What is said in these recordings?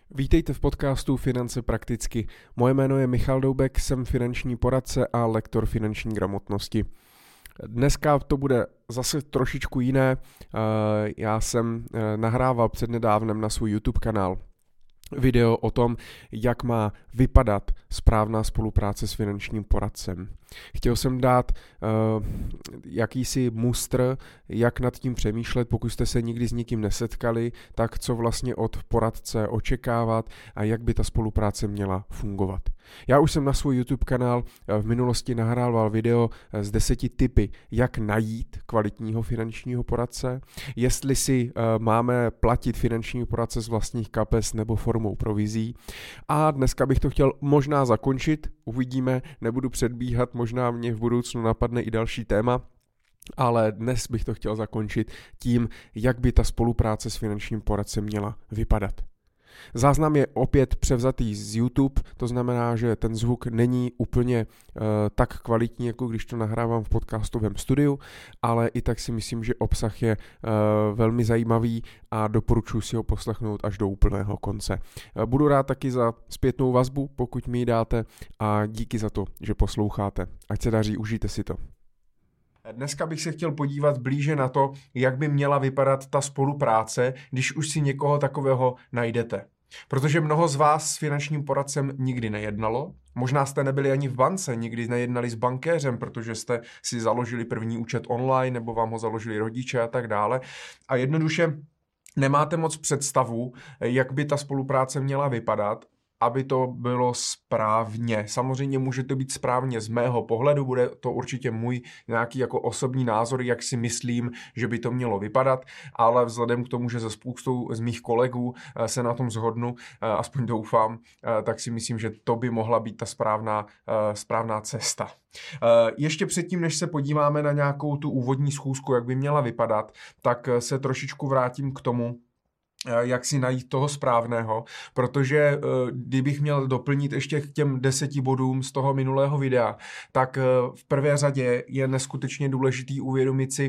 Vítejte v podcastu Finance prakticky. Moje jméno je Michal Doubek, jsem finanční poradce a lektor finanční gramotnosti. Dneska to bude zase trošičku jiné. Já jsem nahrával přednedávnem na svůj YouTube kanál video o tom, jak má vypadat správná spolupráce s finančním poradcem. Chtěl jsem dát jakýsi mustr, jak nad tím přemýšlet, pokud jste se nikdy s nikým nesetkali, tak co vlastně od poradce očekávat a jak by ta spolupráce měla fungovat. Já už jsem na svůj YouTube kanál v minulosti nahrával video s 10 tipy, jak najít kvalitního finančního poradce, jestli si máme platit finanční poradce z vlastních kapes nebo formou provizí. A dneska bych to chtěl možná zakončit, uvidíme, nebudu předbíhat, možná mě v budoucnu napadne i další téma, ale dnes bych to chtěl zakončit tím, jak by ta spolupráce s finančním poradcem měla vypadat. Záznam je opět převzatý z YouTube, to znamená, že ten zvuk není úplně tak kvalitní, jako když to nahrávám v podcastovém studiu, ale i tak si myslím, že obsah je velmi zajímavý a doporučuji si ho poslechnout až do úplného konce. Budu rád taky za zpětnou vazbu, pokud mi ji dáte, a díky za to, že posloucháte. Ať se daří, užijte si to. Dneska bych se chtěl podívat blíže na to, jak by měla vypadat ta spolupráce, když už si někoho takového najdete. Protože mnoho z vás s finančním poradcem nikdy nejednalo, možná jste nebyli ani v bance, nikdy nejednali s bankéřem, protože jste si založili první účet online nebo vám ho založili rodiče a tak dále. A jednoduše nemáte moc představu, jak by ta spolupráce měla vypadat, aby to bylo správně. Samozřejmě může to být správně z mého pohledu, bude to určitě můj nějaký jako osobní názor, jak si myslím, že by to mělo vypadat, ale vzhledem k tomu, že se spoustou z mých kolegů se na tom shodnu, aspoň doufám, tak si myslím, že to by mohla být ta správná cesta. Ještě předtím, než se podíváme na nějakou tu úvodní schůzku, jak by měla vypadat, tak se trošičku vrátím k tomu, jak si najít toho správného, protože kdybych měl doplnit ještě k těm 10 bodům z toho minulého videa, tak v prvé řadě je neskutečně důležitý uvědomit si,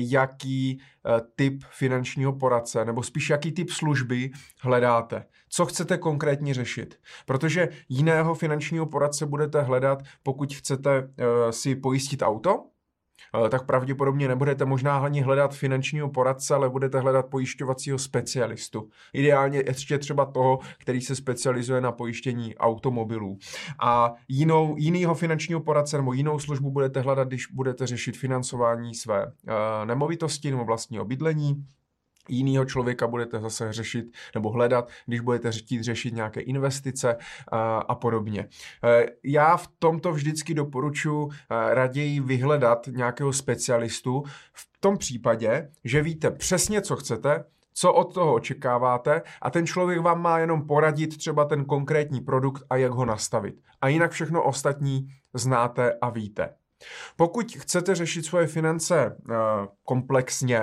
jaký typ finančního poradce, nebo spíš jaký typ služby hledáte. Co chcete konkrétně řešit? Protože jiného finančního poradce budete hledat, pokud chcete si pojistit auto, tak pravděpodobně nebudete možná ani hledat finančního poradce, ale budete hledat pojišťovacího specialistu. Ideálně ještě třeba toho, který se specializuje na pojištění automobilů. A jinýho finančního poradce nebo jinou službu budete hledat, když budete řešit financování své nemovitosti nebo vlastního bydlení. Jinýho člověka budete zase řešit nebo hledat, když budete chtít řešit nějaké investice a podobně. Já v tomto vždycky doporučuji raději vyhledat nějakého specialistu v tom případě, že víte přesně, co chcete, co od toho očekáváte a ten člověk vám má jenom poradit třeba ten konkrétní produkt a jak ho nastavit. A jinak všechno ostatní znáte a víte. Pokud chcete řešit svoje finance komplexně,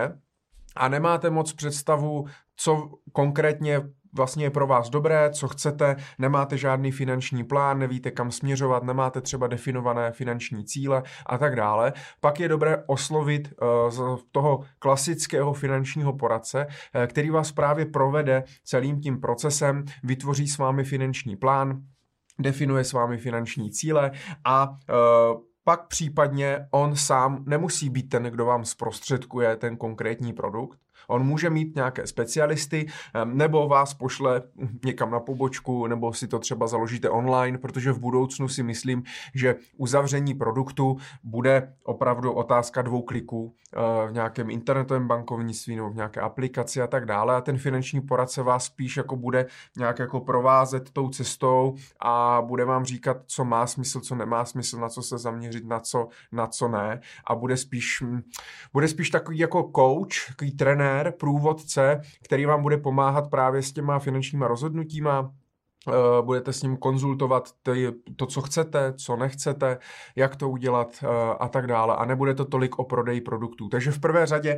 a nemáte moc představu, co konkrétně vlastně je pro vás dobré, co chcete, nemáte žádný finanční plán, nevíte kam směřovat, nemáte třeba definované finanční cíle a tak dále, pak je dobré oslovit toho klasického finančního poradce, který vás právě provede celým tím procesem, vytvoří s vámi finanční plán, definuje s vámi finanční cíle a pak případně on sám nemusí být ten, kdo vám zprostředkuje ten konkrétní produkt. On může mít nějaké specialisty, nebo vás pošle někam na pobočku, nebo si to třeba založíte online, protože v budoucnu si myslím, že uzavření produktu bude opravdu otázka 2 kliků v nějakém internetovém bankovnictví nebo v nějaké aplikaci a tak dále. A ten finanční poradce vás spíš jako bude nějak jako provázet tou cestou a bude vám říkat, co má smysl, co nemá smysl, na co se zaměřit, na co ne. A bude spíš takový jako coach, takový trenér, průvodce, který vám bude pomáhat právě s těma finančníma rozhodnutíma. Budete s ním konzultovat to, co chcete, co nechcete, jak to udělat a tak dále. A nebude to tolik o prodeji produktů. Takže v prvé řadě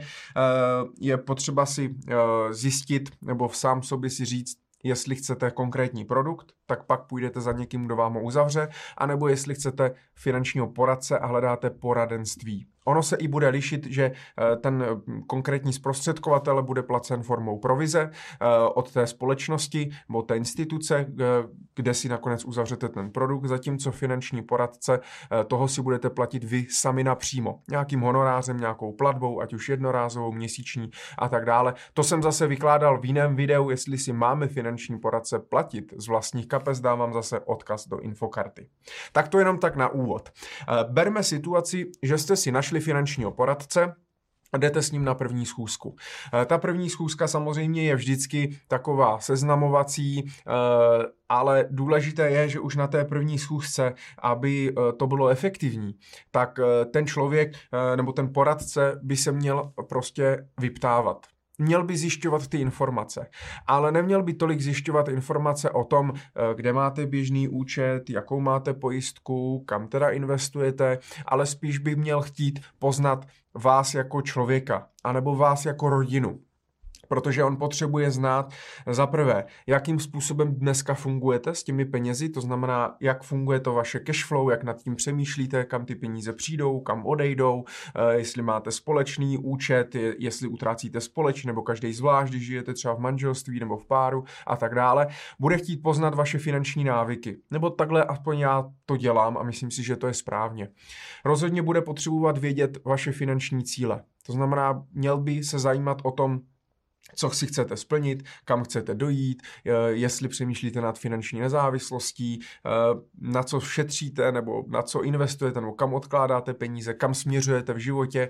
je potřeba si zjistit nebo sám sobě si říct, jestli chcete konkrétní produkt, tak pak půjdete za někým, kdo vám ho uzavře, anebo jestli chcete finančního poradce a hledáte poradenství Ono se i bude lišit, že ten konkrétní zprostředkovatel bude placen formou provize od té společnosti nebo té instituce, kde si nakonec uzavřete ten produkt, zatímco finanční poradce, toho si budete platit vy sami napřímo. Nějakým honorářem, nějakou platbou, ať už jednorázovou, měsíční a tak dále. To jsem zase vykládal v jiném videu, jestli si máme finanční poradce platit z vlastních kapes, dávám zase odkaz do infokarty. Tak to jenom tak na úvod. Berme situaci, že jste si našli finančního poradce, jdete s ním na první schůzku. Ta první schůzka samozřejmě je vždycky taková seznamovací, ale důležité je, že už na té první schůzce, aby to bylo efektivní, tak ten člověk nebo ten poradce by se měl prostě vyptávat. Měl by zjišťovat ty informace, ale neměl by tolik zjišťovat informace o tom, kde máte běžný účet, jakou máte pojistku, kam teda investujete, ale spíš by měl chtít poznat vás jako člověka, anebo vás jako rodinu. Protože on potřebuje znát za prvé, jakým způsobem dneska fungujete s těmi penězi, to znamená, jak funguje to vaše cash flow, jak nad tím přemýšlíte, kam ty peníze přijdou, kam odejdou, jestli máte společný účet, jestli utrácíte společně nebo každý zvlášť, když žijete třeba v manželství nebo v páru a tak dále. Bude chtít poznat vaše finanční návyky, nebo takhle aspoň já to dělám a myslím si, že to je správně. Rozhodně bude potřebovat vědět vaše finanční cíle, to znamená, měl by se zajímat o tom, co si chcete splnit, kam chcete dojít, jestli přemýšlíte nad finanční nezávislostí, na co šetříte nebo na co investujete nebo kam odkládáte peníze, kam směřujete v životě,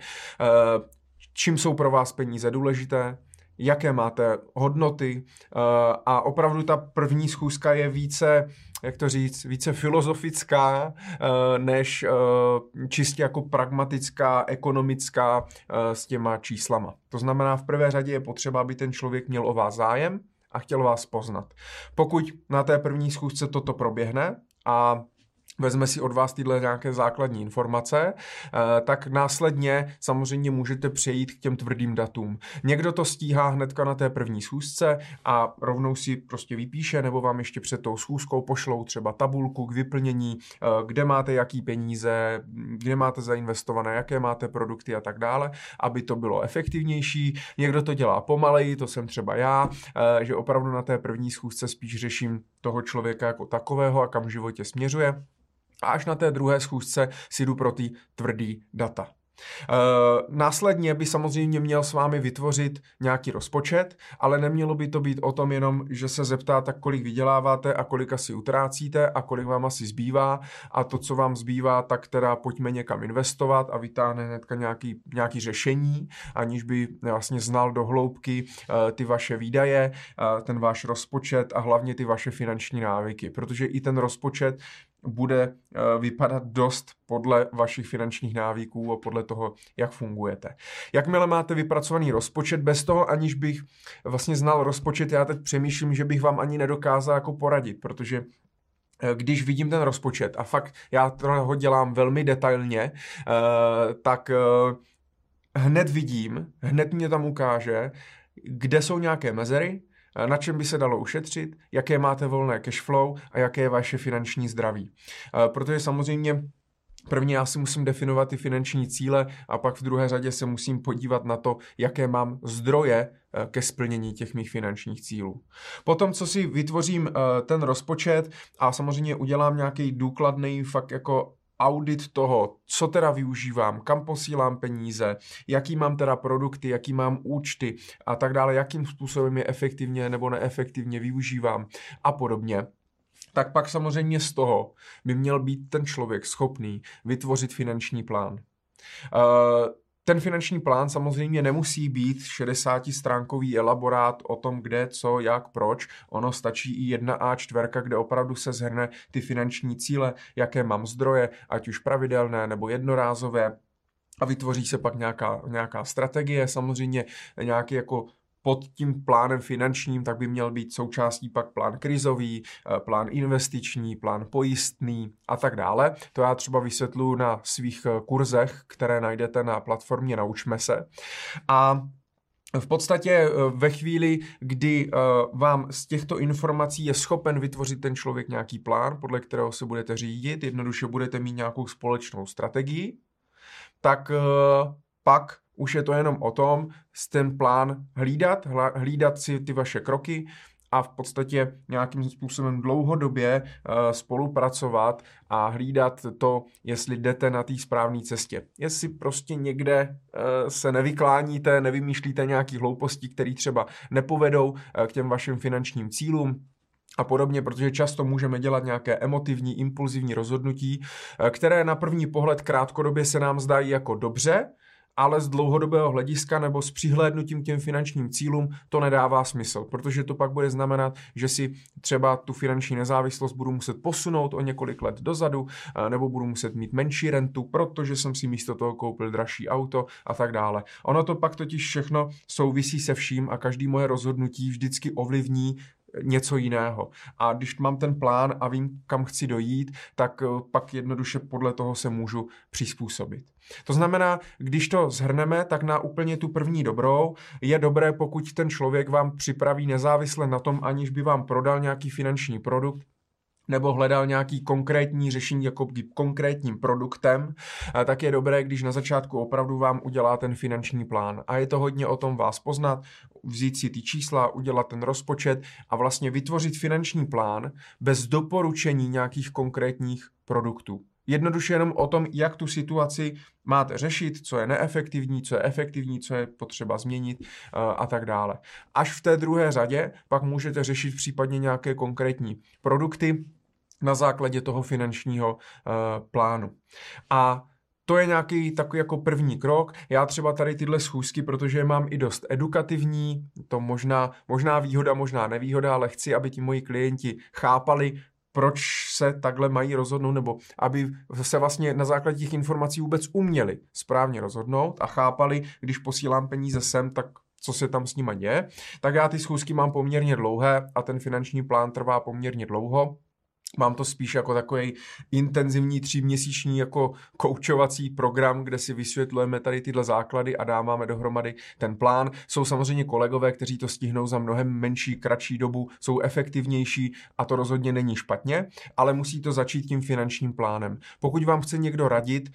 čím jsou pro vás peníze důležité, jaké máte hodnoty a opravdu ta první schůzka je více, jak to říct, více filozofická než čistě jako pragmatická, ekonomická s těma číslama. To znamená, v prvé řadě je potřeba, aby ten člověk měl o vás zájem a chtěl vás poznat. Pokud na té první schůzce toto proběhne a vezme si od vás tyhle nějaké základní informace, tak následně samozřejmě můžete přejít k těm tvrdým datům. Někdo to stíhá hnedka na té první schůzce a rovnou si prostě vypíše, nebo vám ještě před tou schůzkou pošlou třeba tabulku k vyplnění, kde máte jaký peníze, kde máte zainvestované, jaké máte produkty a tak dále, aby to bylo efektivnější. Někdo to dělá pomaleji, to jsem třeba já, že opravdu na té první schůzce spíš řeším toho člověka jako takového a kam v životě směřuje. A až na té druhé schůzce si jdu pro ty tvrdý data. Následně by samozřejmě měl s vámi vytvořit nějaký rozpočet, ale nemělo by to být o tom jenom, že se zeptá, tak kolik vyděláváte a kolik asi utrácíte a kolik vám asi zbývá a to, co vám zbývá, tak teda pojďme někam investovat a vytáhne hnedka nějaký řešení, aniž by vlastně znal do hloubky ty vaše výdaje, ten váš rozpočet a hlavně ty vaše finanční návyky, protože i ten rozpočet bude vypadat dost podle vašich finančních návyků a podle toho, jak fungujete. Jakmile máte vypracovaný rozpočet, bez toho, aniž bych vlastně znal rozpočet, já teď přemýšlím, že bych vám ani nedokázal jako poradit, protože když vidím ten rozpočet a fakt já ho dělám velmi detailně, tak hned vidím, hned mě tam ukáže, kde jsou nějaké mezery, na čem by se dalo ušetřit, jaké máte volné cash flow a jaké je vaše finanční zdraví. Protože samozřejmě prvně já si musím definovat ty finanční cíle a pak v druhé řadě se musím podívat na to, jaké mám zdroje ke splnění těch mých finančních cílů. Potom, co si vytvořím ten rozpočet a samozřejmě udělám nějaký důkladný fakt jako audit toho, co teda využívám, kam posílám peníze, jaký mám teda produkty, jaký mám účty a tak dále, jakým způsobem je efektivně nebo neefektivně využívám a podobně. Tak pak samozřejmě z toho by měl být ten člověk schopný vytvořit finanční plán. Ten finanční plán samozřejmě nemusí být 60stránkový elaborát o tom, kde, co, jak, proč. Ono stačí i jedna A4, kde opravdu se shrne ty finanční cíle, jaké mám zdroje, ať už pravidelné nebo jednorázové. A vytvoří se pak nějaká strategie, samozřejmě nějaký jako pod tím plánem finančním, tak by měl být součástí pak plán krizový, plán investiční, plán pojistný a tak dále. To já třeba vysvětluji na svých kurzech, které najdete na platformě Naučme se. A v podstatě ve chvíli, kdy vám z těchto informací je schopen vytvořit ten člověk nějaký plán, podle kterého se budete řídit, jednoduše budete mít nějakou společnou strategii, tak pak už je to jenom o tom ten plán hlídat si ty vaše kroky a v podstatě nějakým způsobem dlouhodobě spolupracovat a hlídat to, jestli jdete na té správné cestě. Jestli prostě někde se nevykláníte, nevymýšlíte nějaký hlouposti, které třeba nepovedou k těm vašim finančním cílům, a podobně, protože často můžeme dělat nějaké emotivní, impulzivní rozhodnutí, které na první pohled krátkodobě se nám zdají jako dobře, ale z dlouhodobého hlediska nebo s přihlédnutím k těm finančním cílům to nedává smysl, protože to pak bude znamenat, že si třeba tu finanční nezávislost budu muset posunout o několik let dozadu, nebo budu muset mít menší rentu, protože jsem si místo toho koupil dražší auto a tak dále. Ono to pak totiž všechno souvisí se vším a každý moje rozhodnutí vždycky ovlivní něco jiného. A když mám ten plán a vím, kam chci dojít, tak pak jednoduše podle toho se můžu přizpůsobit. To znamená, když to shrneme, tak na úplně tu první dobrou je dobré, pokud ten člověk vám připraví nezávisle na tom, aniž by vám prodal nějaký finanční produkt, nebo hledal nějaký konkrétní řešení jako konkrétním produktem, tak je dobré, když na začátku opravdu vám udělá ten finanční plán. A je to hodně o tom vás poznat, vzít si ty čísla, udělat ten rozpočet a vlastně vytvořit finanční plán bez doporučení nějakých konkrétních produktů. Jednoduše jenom o tom, jak tu situaci máte řešit, co je neefektivní, co je efektivní, co je potřeba změnit a tak dále. Až v té druhé řadě pak můžete řešit případně nějaké konkrétní produkty na základě toho finančního plánu. A to je nějaký takový jako první krok. Já třeba tady tyhle schůzky, protože je mám i dost edukativní, to možná výhoda, možná nevýhoda, ale chci, aby ti moji klienti chápali, proč se takhle mají rozhodnout, nebo aby se vlastně na základě těch informací vůbec uměli správně rozhodnout a chápali, když posílám peníze sem, tak co se tam s nima děje. Tak já ty schůzky mám poměrně dlouhé a ten finanční plán trvá poměrně dlouho. Mám to spíš jako takový intenzivní 3měsíční jako koučovací program, kde si vysvětlujeme tady tyhle základy a dáváme dohromady ten plán. Jsou samozřejmě kolegové, kteří to stihnou za mnohem menší, kratší dobu, jsou efektivnější a to rozhodně není špatně, ale musí to začít tím finančním plánem. Pokud vám chce někdo radit,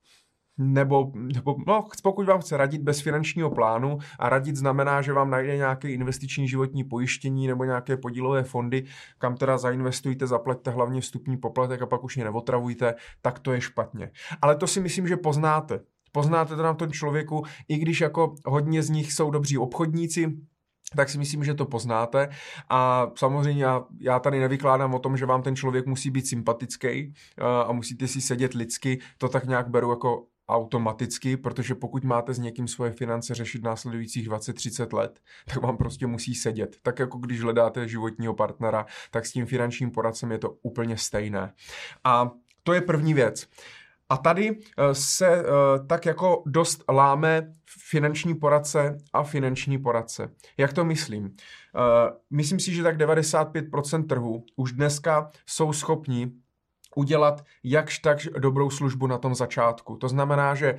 pokud vám chce radit bez finančního plánu, a radit znamená, že vám najde nějaké investiční životní pojištění nebo nějaké podílové fondy, kam teda zainvestujte, zaplaťte hlavně vstupní poplatek a pak už je neotravujte, tak to je špatně. Ale to si myslím, že poznáte. Poznáte to na tom člověku, i když jako hodně z nich jsou dobří obchodníci, tak si myslím, že to poznáte. A samozřejmě já tady nevykládám o tom, že vám ten člověk musí být sympatický a musíte si sedět lidsky, to tak nějak beru jako automaticky, protože pokud máte s někým svoje finance řešit následujících 20-30 let, tak vám prostě musí sedět. Tak jako když hledáte životního partnera, tak s tím finančním poradcem je to úplně stejné. A to je první věc. A tady se tak jako dost láme finanční poradce a finanční poradce. Jak to myslím? Myslím si, že tak 95% trhu už dneska jsou schopni udělat jakž tak dobrou službu na tom začátku. To znamená, že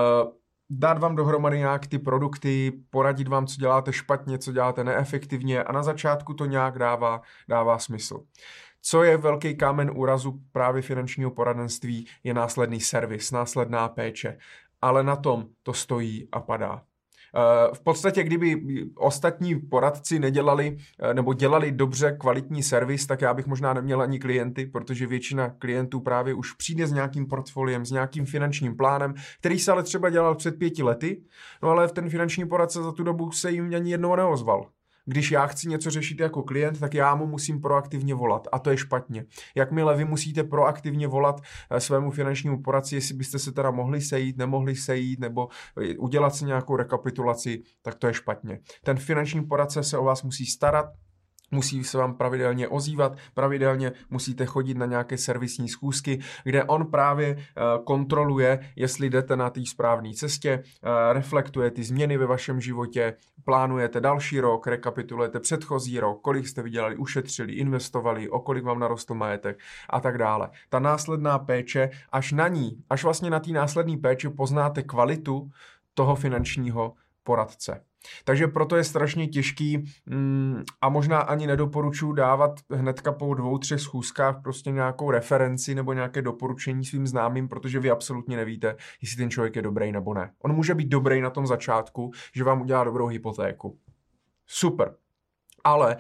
dát vám dohromady nějak ty produkty, poradit vám, co děláte špatně, co děláte neefektivně a na začátku to nějak dává smysl. Co je velký kámen úrazu právě finančního poradenství, je následný servis, následná péče. Ale na tom to stojí a padá. V podstatě, kdyby ostatní poradci nedělali nebo dělali dobře kvalitní servis, tak já bych možná neměl ani klienty, protože většina klientů právě už přijde s nějakým portfoliem, s nějakým finančním plánem, který se ale třeba dělal před 5 lety, no ale ten finanční poradce za tu dobu se jim ani jednou neozval. Když já chci něco řešit jako klient, tak já mu musím proaktivně volat a to je špatně. Jakmile vy musíte proaktivně volat svému finančnímu poradci, jestli byste se teda mohli sejít, nemohli sejít nebo udělat si nějakou rekapitulaci, tak to je špatně. Ten finanční poradce se o vás musí starat, musí se vám pravidelně ozývat, pravidelně musíte chodit na nějaké servisní schůzky, kde on právě kontroluje, jestli jdete na té správné cestě, reflektuje ty změny ve vašem životě, plánujete další rok, rekapitulujete předchozí rok, kolik jste vydělali, ušetřili, investovali, o kolik vám narostl majetek a tak dále. Ta následná péče, až vlastně na té následné péči poznáte kvalitu toho finančního poradce. Takže proto je strašně těžký a možná ani nedoporučuji dávat hnedka po 2-3 schůzkách prostě nějakou referenci nebo nějaké doporučení svým známým, protože vy absolutně nevíte, jestli ten člověk je dobrý nebo ne. On může být dobrý na tom začátku, že vám udělá dobrou hypotéku. Super. Ale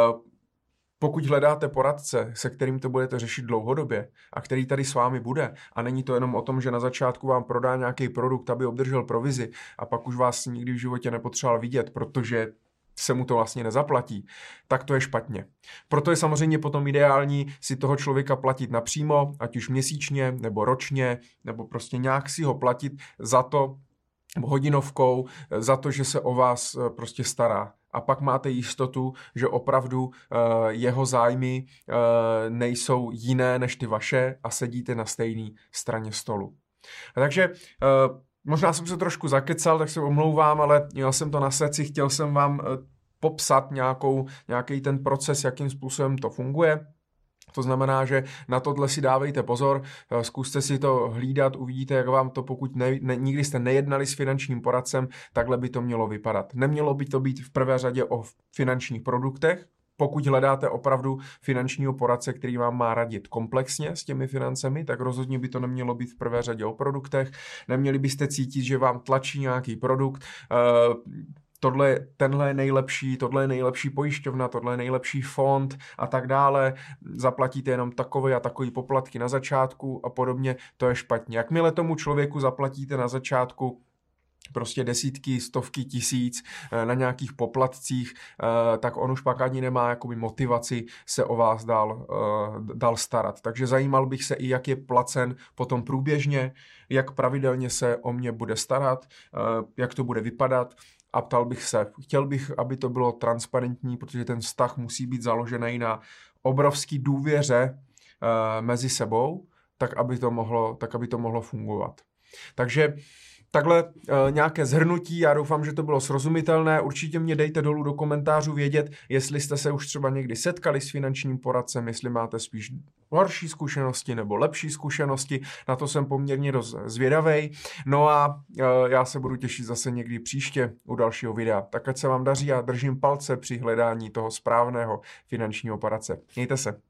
pokud hledáte poradce, se kterým to budete řešit dlouhodobě a který tady s vámi bude a není to jenom o tom, že na začátku vám prodá nějaký produkt, aby obdržel provizi a pak už vás nikdy v životě nepotřeboval vidět, protože se mu to vlastně nezaplatí, tak to je špatně. Proto je samozřejmě potom ideální si toho člověka platit napřímo, ať už měsíčně nebo ročně, nebo prostě nějak si ho platit za to, hodinovkou, za to, že se o vás prostě stará. A pak máte jistotu, že opravdu jeho zájmy nejsou jiné než ty vaše a sedíte na stejné straně stolu. Takže možná jsem se trošku zakecal, tak se omlouvám, ale měl jsem to na srdci, chtěl jsem vám popsat nějaký ten proces, jakým způsobem to funguje. To znamená, že na tohle si dávejte pozor, zkuste si to hlídat, uvidíte, jak vám to, pokud nikdy jste nejednali s finančním poradcem, takhle by to mělo vypadat. Nemělo by to být v prvé řadě o finančních produktech, pokud hledáte opravdu finančního poradce, který vám má radit komplexně s těmi financemi, tak rozhodně by to nemělo být v prvé řadě o produktech. Neměli byste cítit, že vám tlačí nějaký produkt, tenhle je nejlepší, tohle je nejlepší pojišťovna, tohle je nejlepší fond a tak dále. Zaplatíte jenom takové a takové poplatky na začátku a podobně, to je špatně. Jakmile tomu člověku zaplatíte na začátku prostě desítky, stovky tisíc na nějakých poplatcích, tak on už pak ani nemá jakoby motivaci se o vás dál starat. Takže zajímal bych se i, jak je placen potom průběžně, jak pravidelně se o mě bude starat, jak to bude vypadat. A ptal bych se, chtěl bych, aby to bylo transparentní, protože ten vztah musí být založený na obrovský důvěře mezi sebou, tak aby to mohlo fungovat. Takže takhle nějaké shrnutí, já doufám, že to bylo srozumitelné. Určitě mě dejte dolů do komentářů vědět, jestli jste se už třeba někdy setkali s finančním poradcem, jestli máte spíš horší zkušenosti nebo lepší zkušenosti. Na to jsem poměrně dost zvědavej. No a já se budu těšit zase někdy příště u dalšího videa. Tak ať se vám daří a držím palce při hledání toho správného finančního poradce. Mějte se.